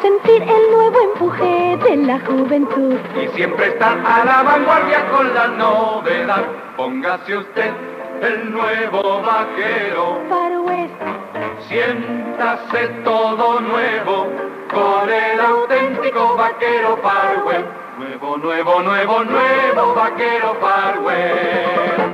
sentir el nuevo empuje de la juventud. Y siempre estar a la vanguardia con la novedad. Póngase usted el nuevo vaquero Far West. Siéntase todo nuevo con el auténtico vaquero Far West. Nuevo, nuevo, nuevo, nuevo vaquero Far West.